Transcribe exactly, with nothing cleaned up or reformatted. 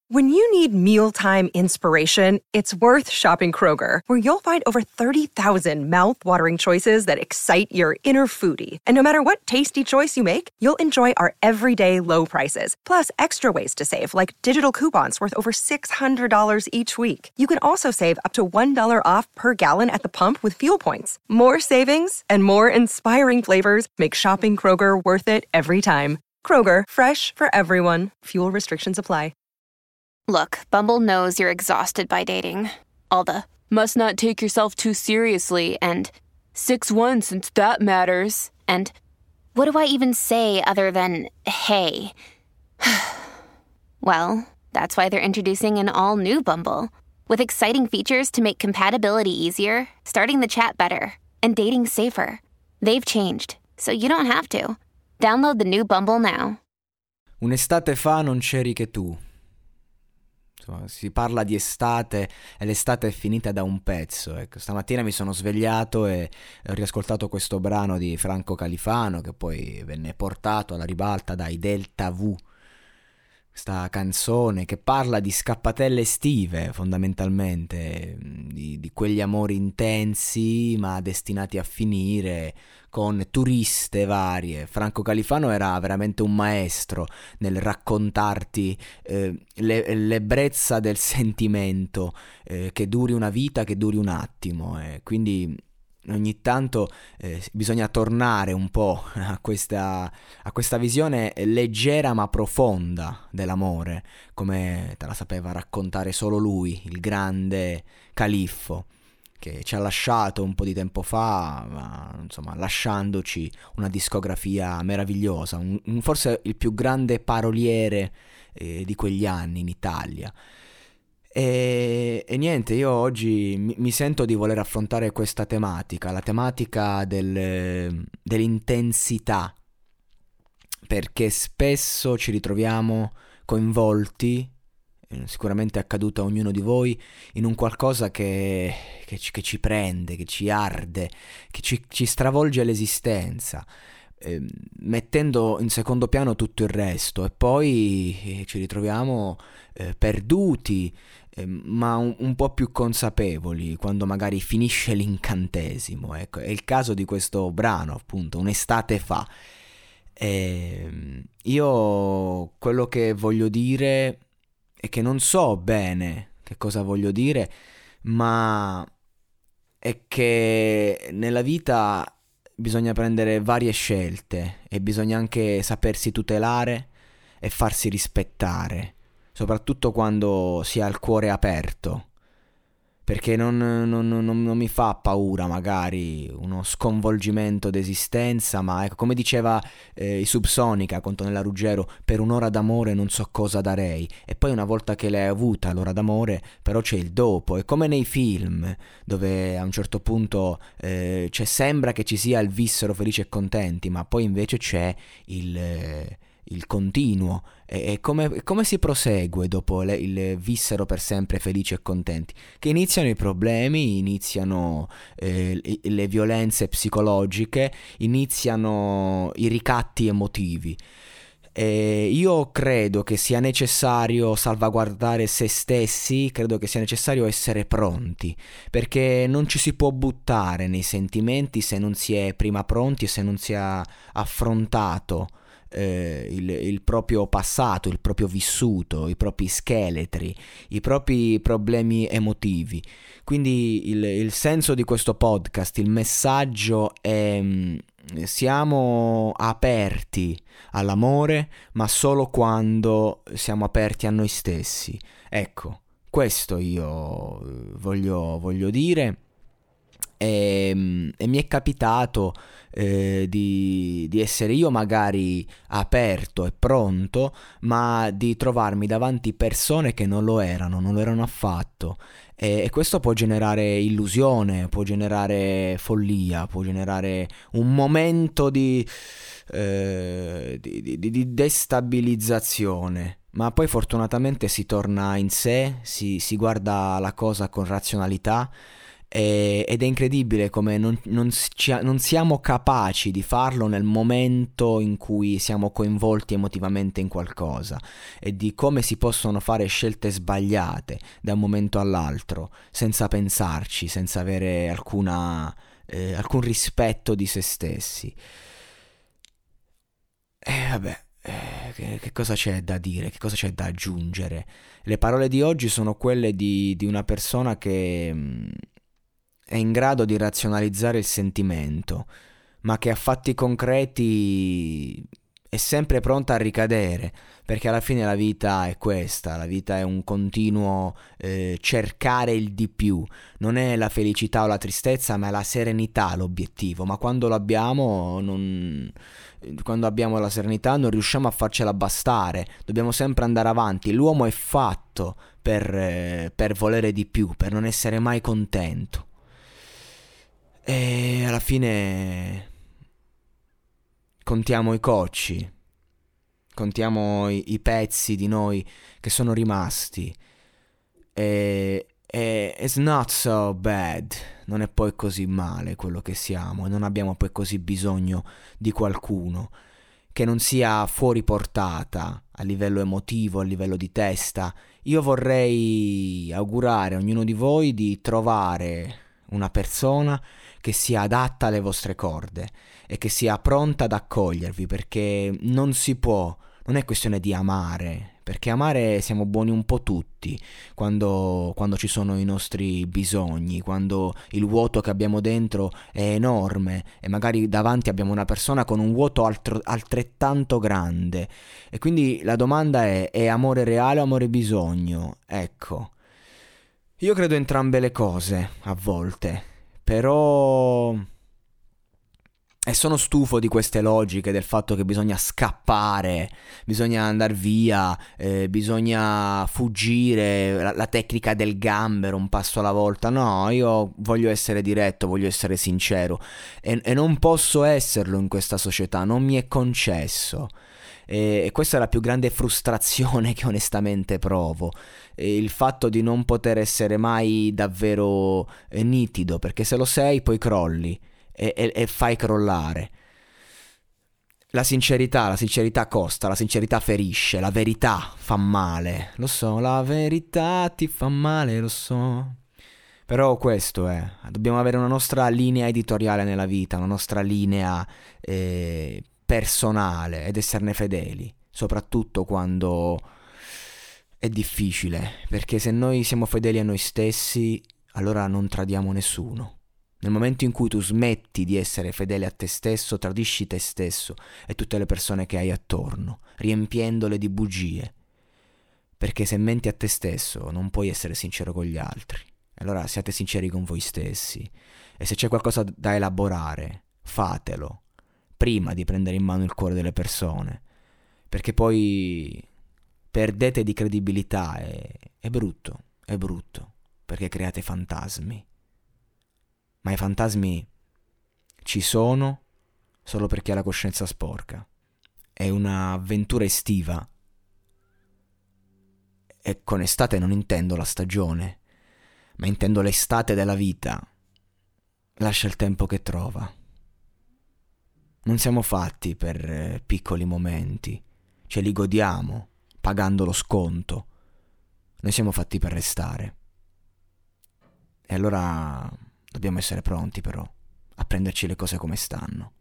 When you need mealtime inspiration, it's worth shopping Kroger, where you'll find over thirty thousand mouth-watering choices that excite your inner foodie. And no matter what tasty choice you make, you'll enjoy our everyday low prices, plus extra ways to save, like digital coupons worth over six hundred dollars each week. You can also save up to one dollar off per gallon at the pump with fuel points. More savings and more inspiring flavors make shopping Kroger worth it every time. Kroger, fresh for everyone. Fuel restrictions apply. Look, Bumble knows you're exhausted by dating. All the, must not take yourself too seriously, and six one since that matters, and what do I even say other than, hey? Well, that's why they're introducing an all-new Bumble, with exciting features to make compatibility easier, starting the chat better, and dating safer. They've changed, so you don't have to. Download the new Bumble now. Un'estate fa non c'eri che tu. Si parla di estate e l'estate è finita da un pezzo. Ecco, stamattina mi sono svegliato e ho riascoltato questo brano di Franco Califano, che poi venne portato alla ribalta dai Delta V. Questa canzone che parla di scappatelle estive, fondamentalmente, di, di quegli amori intensi ma destinati a finire, con turiste varie. Franco Califano era veramente un maestro nel raccontarti eh, le, l'ebbrezza del sentimento, eh, che duri una vita, che duri un attimo, eh. Quindi ogni tanto eh, bisogna tornare un po' a questa, a questa visione leggera ma profonda dell'amore, come te la sapeva raccontare solo lui, il grande Califfo, che ci ha lasciato un po' di tempo fa, ma insomma lasciandoci una discografia meravigliosa, un, un, forse il più grande paroliere eh, di quegli anni in Italia. E, e niente, io oggi mi, mi sento di voler affrontare questa tematica, la tematica del, dell'intensità, perché spesso ci ritroviamo coinvolti, sicuramente è accaduto a ognuno di voi, in un qualcosa che, che, ci, che ci prende, che ci arde, che ci, ci stravolge l'esistenza, eh, mettendo in secondo piano tutto il resto, e poi eh, ci ritroviamo eh, perduti, eh, ma un, un po' più consapevoli quando magari finisce l'incantesimo. Ecco, è il caso di questo brano, appunto, un'estate fa. Eh, io quello che voglio dire è che non so bene che cosa voglio dire, ma è che nella vita bisogna prendere varie scelte e bisogna anche sapersi tutelare e farsi rispettare, soprattutto quando si ha il cuore aperto, perché non, non, non, non mi fa paura magari uno sconvolgimento d'esistenza, ma ecco, come diceva eh, i Subsonica con Antonella Ruggero, per un'ora d'amore non so cosa darei. E poi una volta che l'hai avuta l'ora d'amore, però c'è il dopo. È come nei film, dove a un certo punto eh, c'è, sembra che ci sia il vissero felici e contenti, ma poi invece c'è il... Eh, il continuo, e, e come, come si prosegue dopo le, il vissero per sempre felici e contenti? Che iniziano i problemi, iniziano eh, le, le violenze psicologiche, iniziano i ricatti emotivi. E io credo che sia necessario salvaguardare se stessi, credo che sia necessario essere pronti, perché non ci si può buttare nei sentimenti se non si è prima pronti e se non si è affrontato Eh, il, il proprio passato, il proprio vissuto, i propri scheletri, i propri problemi emotivi. Quindi il, il senso di questo podcast, il messaggio è: siamo aperti all'amore, ma solo quando siamo aperti a noi stessi. Ecco, questo io voglio, voglio dire. E, e mi è capitato eh, di, di essere io magari aperto e pronto, ma di trovarmi davanti persone che non lo erano, non lo erano affatto, e, e questo può generare illusione, può generare follia, può generare un momento di, eh, di, di, di destabilizzazione. Ma poi fortunatamente si torna in sé, si, si guarda la cosa con razionalità E, ed è incredibile come non, non, ci, non siamo capaci di farlo nel momento in cui siamo coinvolti emotivamente in qualcosa, e di come si possono fare scelte sbagliate da un momento all'altro senza pensarci, senza avere alcuna, eh, alcun rispetto di se stessi. E vabbè, eh, che, che cosa c'è da dire, che cosa c'è da aggiungere? Le parole di oggi sono quelle di, di una persona che mh, è in grado di razionalizzare il sentimento, ma che a fatti concreti è sempre pronta a ricadere, perché alla fine la vita è questa, la vita è un continuo eh, cercare il di più. Non è la felicità o la tristezza, ma è la serenità l'obiettivo, ma quando l'abbiamo non... quando abbiamo la serenità non riusciamo a farcela bastare, dobbiamo sempre andare avanti. L'uomo è fatto per, eh, per volere di più, per non essere mai contento. E alla fine contiamo i cocci, contiamo i, i pezzi di noi che sono rimasti, e, e it's not so bad, non è poi così male quello che siamo, e non abbiamo poi così bisogno di qualcuno che non sia fuori portata a livello emotivo, a livello di testa. Io vorrei augurare a ognuno di voi di trovare una persona che sia adatta alle vostre corde e che sia pronta ad accogliervi, perché non si può, non è questione di amare, perché amare siamo buoni un po' tutti quando, quando ci sono i nostri bisogni, quando il vuoto che abbiamo dentro è enorme e magari davanti abbiamo una persona con un vuoto altro, altrettanto grande, e quindi la domanda è: è amore reale o amore bisogno? Ecco, io credo entrambe le cose a volte, però... E sono stufo di queste logiche, del fatto che bisogna scappare, bisogna andare via, eh, bisogna fuggire, la, la tecnica del gambero, un passo alla volta. No, io voglio essere diretto, voglio essere sincero, e, e non posso esserlo in questa società, non mi è concesso. E, e questa è la più grande frustrazione che onestamente provo, e il fatto di non poter essere mai davvero eh, nitido, perché se lo sei poi crolli. E, e, e fai crollare. La sincerità, la sincerità costa, la sincerità ferisce, la verità fa male, lo so, la verità ti fa male, lo so. Però questo è, dobbiamo avere una nostra linea editoriale nella vita, una nostra linea eh, personale, ed esserne fedeli, soprattutto quando è difficile, perché se noi siamo fedeli a noi stessi, allora non tradiamo nessuno. Nel momento in cui tu smetti di essere fedele a te stesso, tradisci te stesso e tutte le persone che hai attorno, riempiendole di bugie. Perché se menti a te stesso non puoi essere sincero con gli altri. Allora siate sinceri con voi stessi. E se c'è qualcosa da elaborare, fatelo, prima di prendere in mano il cuore delle persone. Perché poi perdete di credibilità, e è brutto, è brutto, perché create fantasmi. Ma i fantasmi ci sono solo perché ha la coscienza sporca. È un'avventura estiva. E con estate non intendo la stagione, ma intendo l'estate della vita. Lascia il tempo che trova. Non siamo fatti per eh, piccoli momenti. Ce li godiamo, pagando lo sconto. Noi siamo fatti per restare. E allora... dobbiamo essere pronti però a prenderci le cose come stanno.